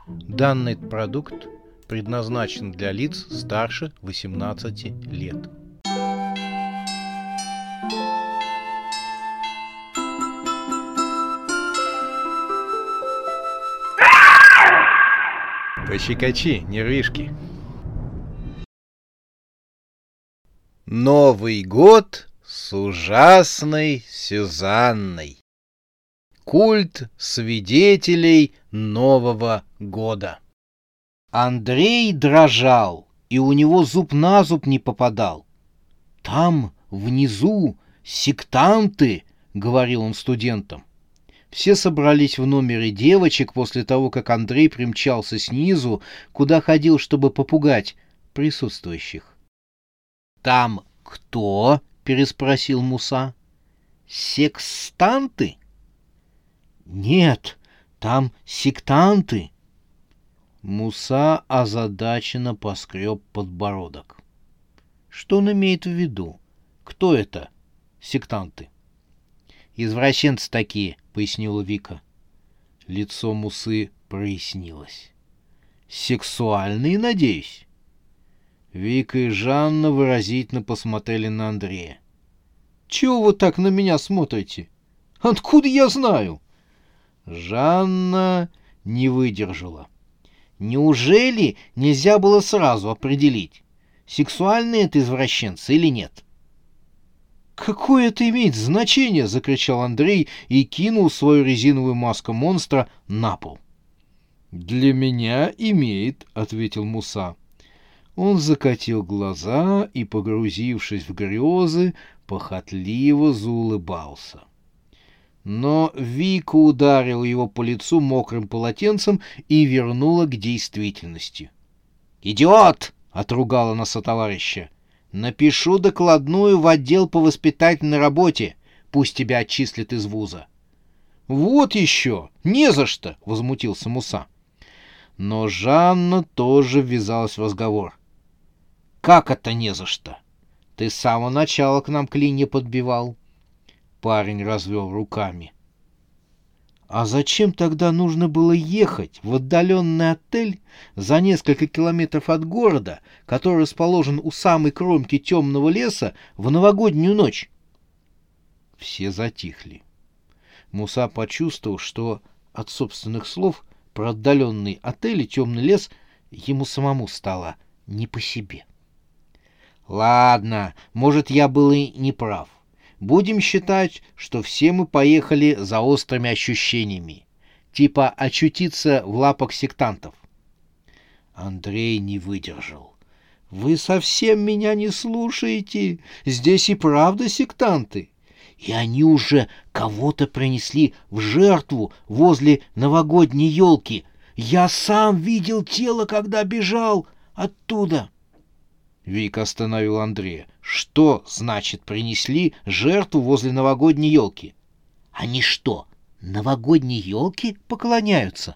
Данный продукт предназначен для лиц старше 18 лет. Пощекочи нервишки. Новый год с ужасной Сюзанной. Культ свидетелей Нового года. Андрей дрожал, и у него зуб на зуб не попадал. «Там, внизу, сектанты», — говорил он студентам. Все собрались в номере девочек после того, как Андрей примчался снизу, куда ходил, чтобы попугать присутствующих. «Там кто?» — переспросил Муса. «Секстанты?» «Нет, там сектанты». Муса озадаченно поскреб подбородок. Что он имеет в виду? Кто это, сектанты? «Извращенцы такие», — пояснила Вика. Лицо Мусы прояснилось. «Сексуальные, надеюсь?» Вика и Жанна выразительно посмотрели на Андрея. «Чего вы так на меня смотрите? Откуда я знаю?» Жанна не выдержала. «Неужели нельзя было сразу определить, сексуальные это извращенцы или нет?» «Какое это имеет значение?» — закричал Андрей и кинул свою резиновую маску монстра на пол. «Для меня имеет», — ответил Муса. Он закатил глаза и, погрузившись в грезы, похотливо заулыбался. Но Вика ударила его по лицу мокрым полотенцем и вернула к действительности. «Идиот!» — отругала она сотоварища. «Напишу докладную в отдел по воспитательной работе. Пусть тебя отчислят из вуза». «Вот еще! Не за что!» — возмутился Муса. Но Жанна тоже ввязалась в разговор. «Как это не за что? Ты с самого начала к нам клинья подбивал». Парень развел руками. «А зачем тогда нужно было ехать в отдаленный отель за несколько километров от города, который расположен у самой кромки темного леса, в новогоднюю ночь?» Все затихли. Муса почувствовал, что от собственных слов про отдаленный отель и темный лес ему самому стало не по себе. «Ладно, может, я был и не прав. Будем считать, что все мы поехали за острыми ощущениями, типа очутиться в лапах сектантов». Андрей не выдержал. «Вы совсем меня не слушаете. Здесь и правда сектанты. И они уже кого-то принесли в жертву возле новогодней елки. Я сам видел тело, когда бежал оттуда». Вика остановил Андрея. «Что значит принесли жертву возле новогодней елки? Они что, новогодней елке поклоняются?»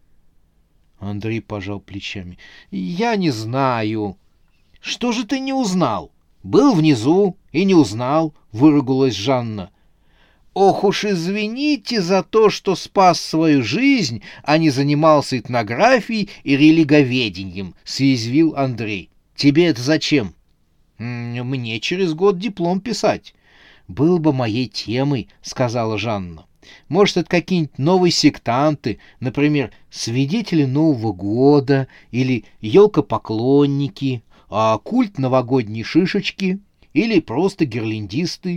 Андрей пожал плечами. «Я не знаю». «Что же ты не узнал? Был внизу и не узнал», — выругалась Жанна. «Ох уж извините за то, что спас свою жизнь, а не занимался этнографией и религоведением», — съязвил Андрей. «Тебе это зачем?» «Мне через год диплом писать». «Был бы моей темой», — сказала Жанна. «Может, это какие-нибудь новые сектанты, например, свидетели Нового года или елкопоклонники, а культ новогодней шишечки или просто гирляндисты».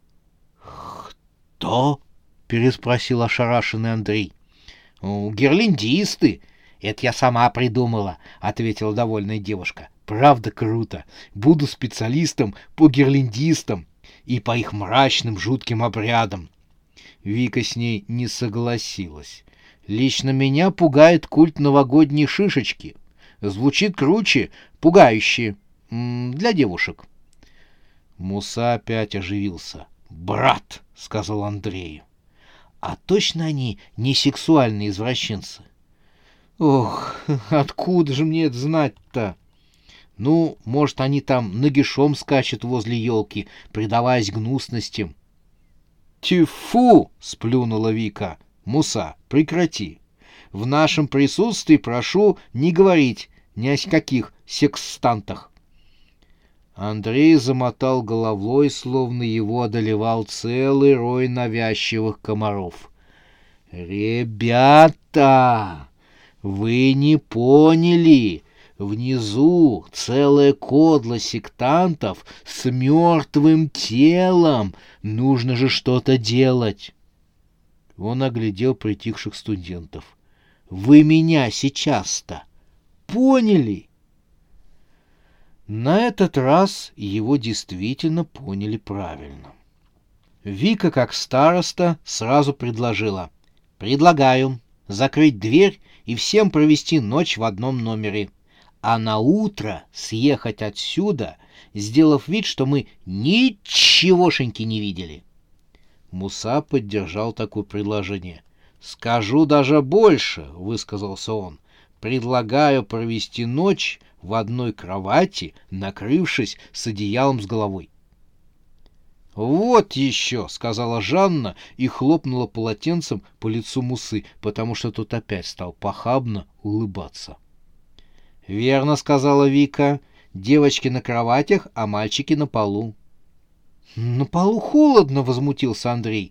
«Кто?» — переспросил ошарашенный Андрей. «Гирляндисты. Это я сама придумала», — ответила довольная девушка. «Правда круто. Буду специалистом по гирляндистам и по их мрачным жутким обрядам». Вика с ней не согласилась. «Лично меня пугает культ новогодней шишечки. Звучит круче, пугающе. Для девушек». Муса опять оживился. «Брат», — сказал Андрею. «А точно они не сексуальные извращенцы?» «Ох, откуда же мне это знать-то?» «Ну, может, они там нагишом скачут возле елки, предаваясь гнусностям». «Тьфу!» — сплюнула Вика. «Муса, прекрати. в нашем присутствии прошу не говорить ни о каких секстантах». Андрей замотал головой, словно его одолевал целый рой навязчивых комаров. «Ребята, вы не поняли. Внизу целая кодла сектантов с мертвым телом. Нужно же что-то делать». Он оглядел притихших студентов. «Вы меня сейчас-то поняли?» На этот раз его действительно поняли правильно. Вика, как староста, сразу предложила: «Предлагаю закрыть дверь и всем провести ночь в одном номере, а на утро съехать отсюда, сделав вид, что мы ничегошеньки не видели». Муса поддержал такое предложение. «Скажу даже больше», — высказался он. «Предлагаю провести ночь в одной кровати, накрывшись с одеялом с головой». «Вот еще», — сказала Жанна и хлопнула полотенцем по лицу Мусы, потому что тот опять стал похабно улыбаться. «Верно», — сказала Вика. «Девочки на кроватях, а мальчики на полу». «На полу холодно», — возмутился Андрей.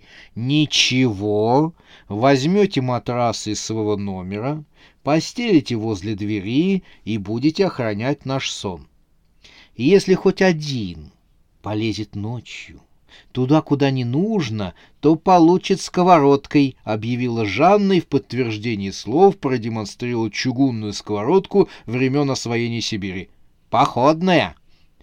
«Ничего. Возьмете матрасы из своего номера, постелите возле двери и будете охранять наш сон. И если хоть один полезет ночью туда, куда не нужно, то получит сковородкой», — объявила Жанна и в подтверждении слов продемонстрировала чугунную сковородку времен освоения Сибири. «Походная».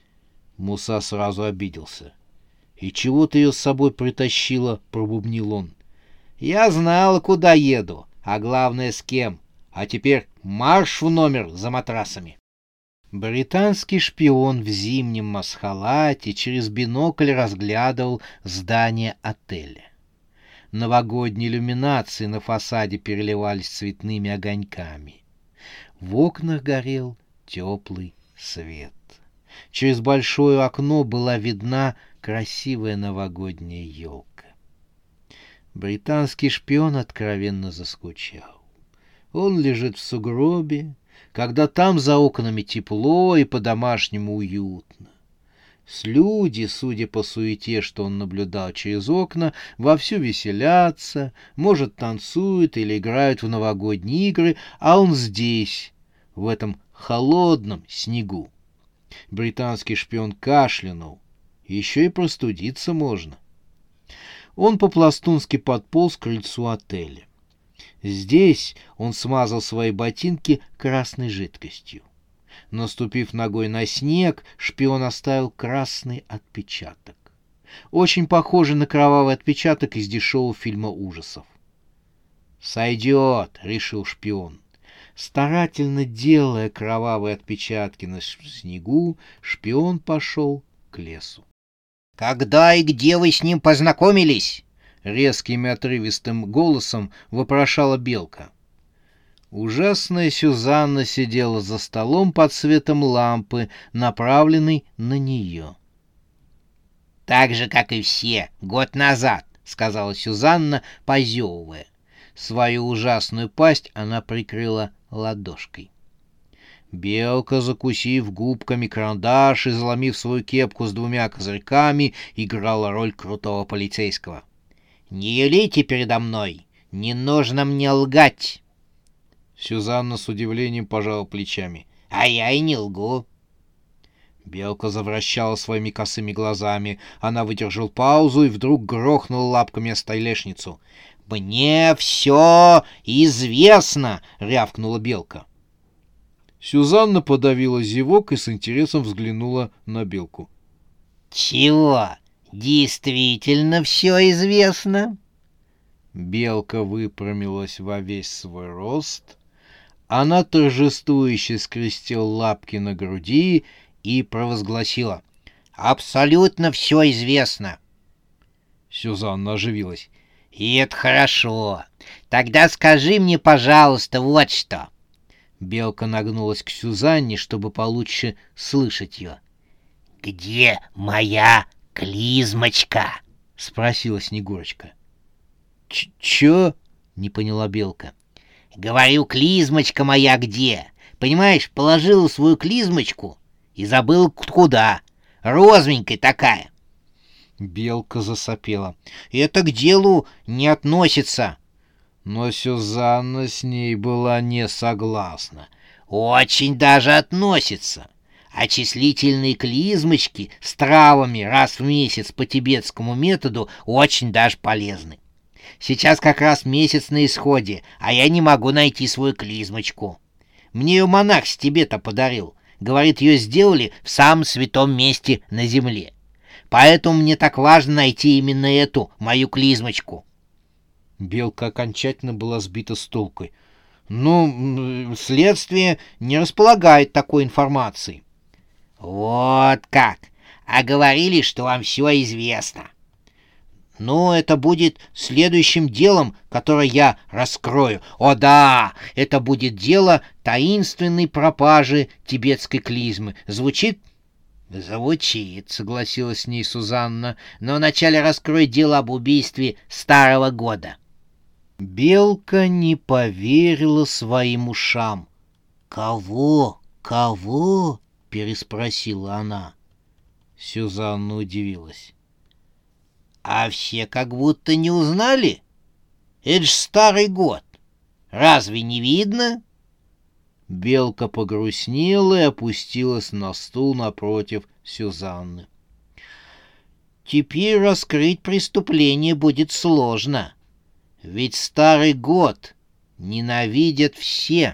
Муса сразу обиделся. «И чего ты ее с собой притащила?» — пробубнил он. «Я знала, куда еду, а главное, с кем. А теперь марш в номер за матрасами». Британский шпион в зимнем масхалате через бинокль разглядывал здание отеля. Новогодние иллюминации на фасаде переливались цветными огоньками. В окнах горел теплый свет. Через большое окно была видна красивая новогодняя елка. Британский шпион откровенно заскучал. Он лежит в сугробе, когда там за окнами тепло и по-домашнему уютно. Люди, судя по суете, что он наблюдал через окна, вовсю веселятся, может, танцуют или играют в новогодние игры, а он здесь, в этом холодном снегу. Британский шпион кашлянул. Еще и простудиться можно. Он по-пластунски подполз к крыльцу отеля. Здесь он смазал свои ботинки красной жидкостью. Наступив ногой на снег, шпион оставил красный отпечаток. Очень похожий на кровавый отпечаток из дешевого фильма ужасов. «Сойдет», — решил шпион. Старательно делая кровавые отпечатки на снегу, шпион пошел к лесу. «Когда и где вы с ним познакомились?» — резким и отрывистым голосом вопрошала Белка. Ужасная Сюзанна сидела за столом под светом лампы, направленной на нее. «Так же, как и все, год назад», — сказала Сюзанна, позевывая. Свою ужасную пасть она прикрыла ладошкой. Белка, закусив губками карандаш и заломив свою кепку с двумя козырьками, играла роль крутого полицейского. «Не юлите передо мной, не нужно мне лгать». Сюзанна с удивлением пожала плечами. «А я и не лгу». Белка завращала своими косыми глазами. Она выдержала паузу и вдруг грохнула лапками о столешницу. «Мне все известно!» — рявкнула Белка. Сюзанна подавила зевок и с интересом взглянула на Белку. «Чего? Действительно все известно?» Белка выпрямилась во весь свой рост. Она торжествующе скрестила лапки на груди и провозгласила: «Абсолютно все известно!» Сюзанна оживилась. «И это хорошо. Тогда скажи мне, пожалуйста, вот что». Белка нагнулась к Сюзанне, чтобы получше слышать ее. «Где моя клизмочка?» — спросила Снегурочка. «Чё?» — не поняла Белка. Говорю, клизмочка моя где? Понимаешь, положила свою клизмочку и забыла куда. Розовенькая такая. Белка засопела. Это к делу не относится. Но Сюзанна с ней была не согласна. Очень даже относится. Очислительные клизмочки с травами раз в месяц по тибетскому методу очень даже полезны. Сейчас как раз месяц на исходе, а я не могу найти свою клизмочку. Мне ее монах с Тибета подарил. Говорит, ее сделали в самом святом месте на земле. Поэтому мне так важно найти именно эту, мою клизмочку. Белка окончательно была сбита с толку. Ну, следствие не располагает такой информацией. Вот как. А говорили, что вам все известно. Ну, это будет следующим делом, которое я раскрою. О да, это будет дело таинственной пропажи тибетской клизмы. Звучит? Звучит, согласилась с ней Сюзанна, но вначале раскрой дело об убийстве Старого года. Белка не поверила своим ушам. Кого? Кого? Переспросила она. Сюзанна удивилась. А все как будто не узнали? Это ж Старый год. Разве не видно? Белка погрустнела и опустилась на стул напротив Сюзанны. Теперь раскрыть преступление будет сложно. Ведь Старый год ненавидят все.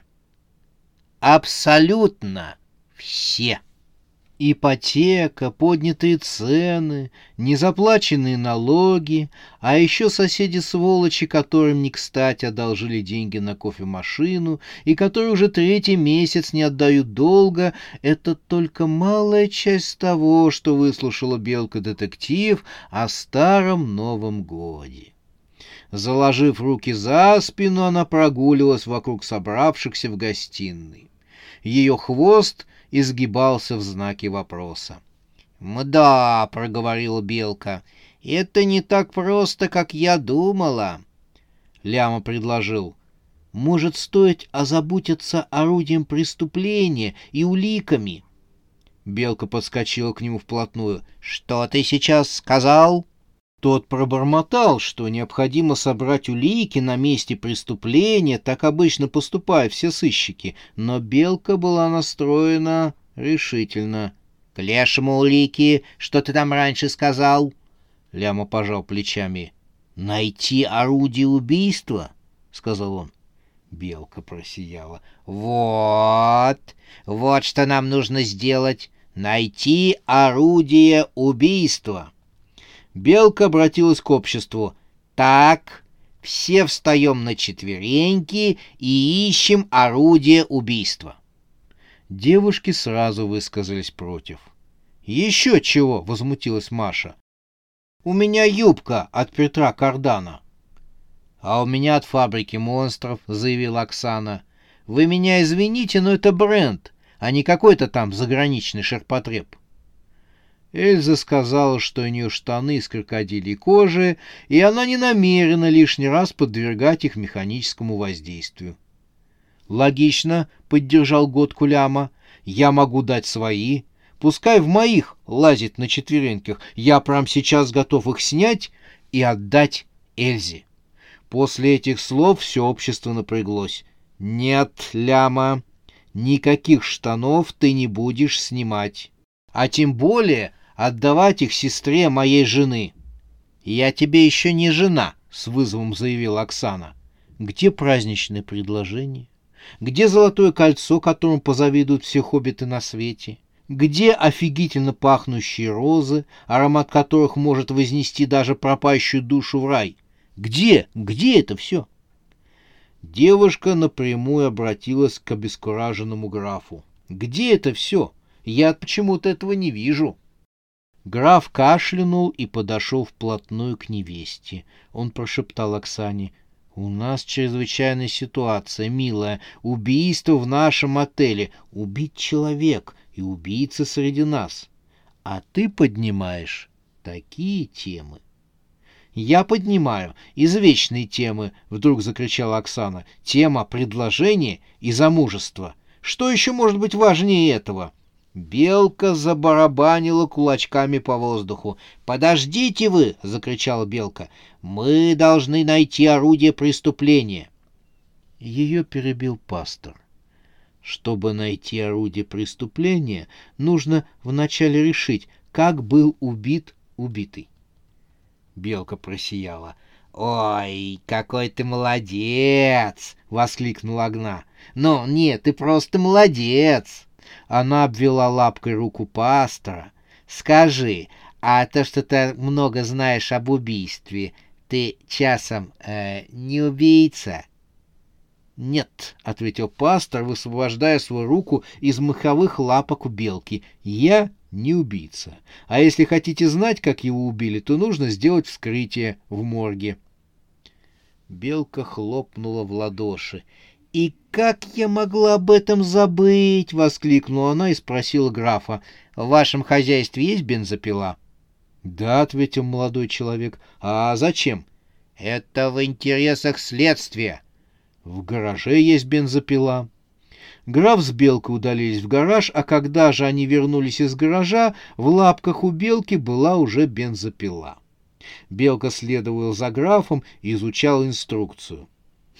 Абсолютно все. Ипотека, поднятые цены, незаплаченные налоги, а еще соседи-сволочи, которым не кстати одолжили деньги на кофемашину и которые уже 3-й месяц не отдают долга, это только малая часть того, что выслушала Белка-детектив о Старом Новом Годе. Заложив руки за спину, она прогуливалась вокруг собравшихся в гостиной. Ее хвост изгибался в знаке вопроса. «Мда», — проговорила Белка, — «это не так просто, как я думала». Ляма предложил: «Может, стоит озаботиться орудием преступления и уликами?» Белка подскочила к нему вплотную. «Что ты сейчас сказал?» Тот пробормотал, что необходимо собрать улики на месте преступления, так обычно поступают все сыщики, но Белка была настроена решительно. «К лешему улики, что ты там раньше сказал?» Ляма пожал плечами. «Найти орудие убийства?» — сказал он. Белка просияла. «Вот что нам нужно сделать. Найти орудие убийства». Белка обратилась к обществу. «Так, все встаем на четвереньки и ищем орудие убийства». Девушки сразу высказались против. «Еще чего?» — возмутилась Маша. «У меня юбка от Петра Кардана». «А у меня от фабрики монстров», — заявила Оксана. «Вы меня извините, но это бренд, а не какой-то там заграничный ширпотреб». Эльза сказала, что у нее штаны из крокодилей кожи, и она не намерена лишний раз подвергать их механическому воздействию. «Логично», — поддержал Годку Ляма, — «я могу дать свои. Пускай в моих лазит на четвереньках. Я прямо сейчас готов их снять и отдать Эльзе». После этих слов все общество напряглось. «Нет, Ляма, никаких штанов ты не будешь снимать. А тем более отдавать их сестре моей жены». «Я тебе еще не жена», — с вызовом заявила Оксана. «Где праздничное предложение? Где золотое кольцо, которому позавидуют все хоббиты на свете? Где офигительно пахнущие розы, аромат которых может вознести даже пропащую душу в рай? Где это все?» Девушка напрямую обратилась к обескураженному графу. «Где это все? Я почему-то этого не вижу». Граф кашлянул и подошел вплотную к невесте. Он прошептал Оксане: «У нас чрезвычайная ситуация, милая. Убийство в нашем отеле. Убит человек, и убийца среди нас. А ты поднимаешь такие темы. «Я поднимаю извечные темы», — вдруг закричала Оксана. «Тема предложения и замужества. Что еще может быть важнее этого?» Белка забарабанила кулачками по воздуху. «Подождите вы!» — закричала Белка. «Мы должны найти орудие преступления». Ее перебил пастор. Чтобы найти орудие преступления, нужно вначале решить, как был убит убитый. Белка просияла. «Ой, какой ты молодец!» — воскликнула Агна. «Ну, нет, ты просто молодец!» Она обвела лапкой руку пастора. «Скажи, а то, что ты много знаешь об убийстве, ты часом не убийца?» «Нет», — ответил пастор, высвобождая свою руку из меховых лапок у белки. «Я не убийца. А если хотите знать, как его убили, то нужно сделать вскрытие в морге». Белка хлопнула в ладоши. «И как я могла об этом забыть?» — воскликнула она и спросила графа. «В вашем хозяйстве есть бензопила?» «Да», — ответил молодой человек. «А зачем?» «Это в интересах следствия». «В гараже есть бензопила». Граф с Белкой удалились в гараж, а когда же они вернулись из гаража, в лапках у Белки была уже бензопила. Белка следовала за графом и изучала инструкцию.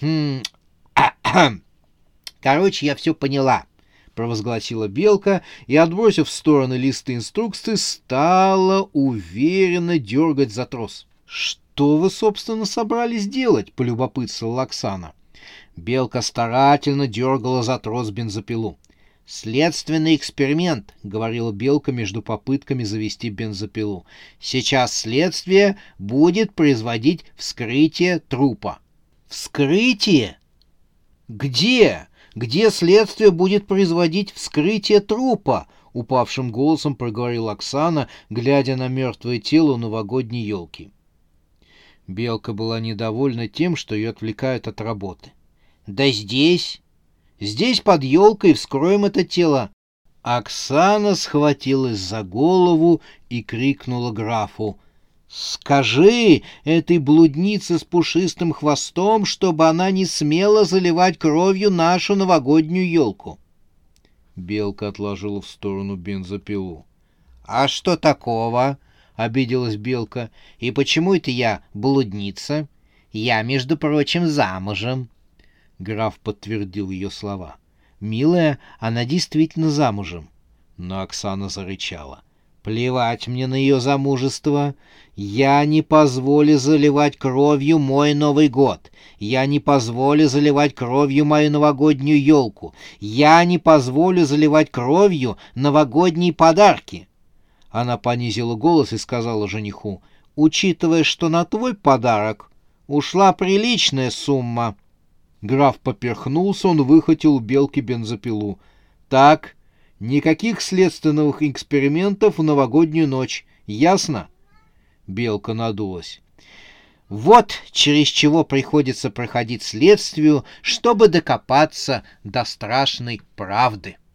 «Короче, я все поняла», — провозгласила Белка и, отбросив в стороны листы инструкции, стала уверенно дергать за трос. «Что вы, собственно, собрались делать?» — полюбопытствовала Оксана. Белка старательно дергала за трос бензопилу. «Следственный эксперимент», — говорила Белка между попытками завести бензопилу. «Сейчас следствие будет производить вскрытие трупа». «Вскрытие? Где? Где следствие будет производить вскрытие трупа?» — упавшим голосом проговорила Оксана, глядя на мертвое тело новогодней елки. Белка была недовольна тем, что ее отвлекают от работы. «Да здесь под елкой вскроем это тело». Оксана схватилась за голову и крикнула графу: «Скажи этой блуднице с пушистым хвостом, чтобы она не смела заливать кровью нашу новогоднюю елку». Белка отложила в сторону бензопилу. «А что такого?» — обиделась Белка. «И почему это я блудница? Я, между прочим, замужем». Граф подтвердил ее слова. «Милая, она действительно замужем». Но Оксана зарычала. «Плевать мне на ее замужество. Я не позволю заливать кровью мой Новый год. Я не позволю заливать кровью мою новогоднюю елку. Я не позволю заливать кровью новогодние подарки». Она понизила голос и сказала жениху: «Учитывая, что на твой подарок ушла приличная сумма». Граф поперхнулся, он выхватил у Белки бензопилу. «Так, никаких следственных экспериментов в новогоднюю ночь. Ясно?» Белка надулась. «Вот через чего приходится проходить следствию, чтобы докопаться до страшной правды».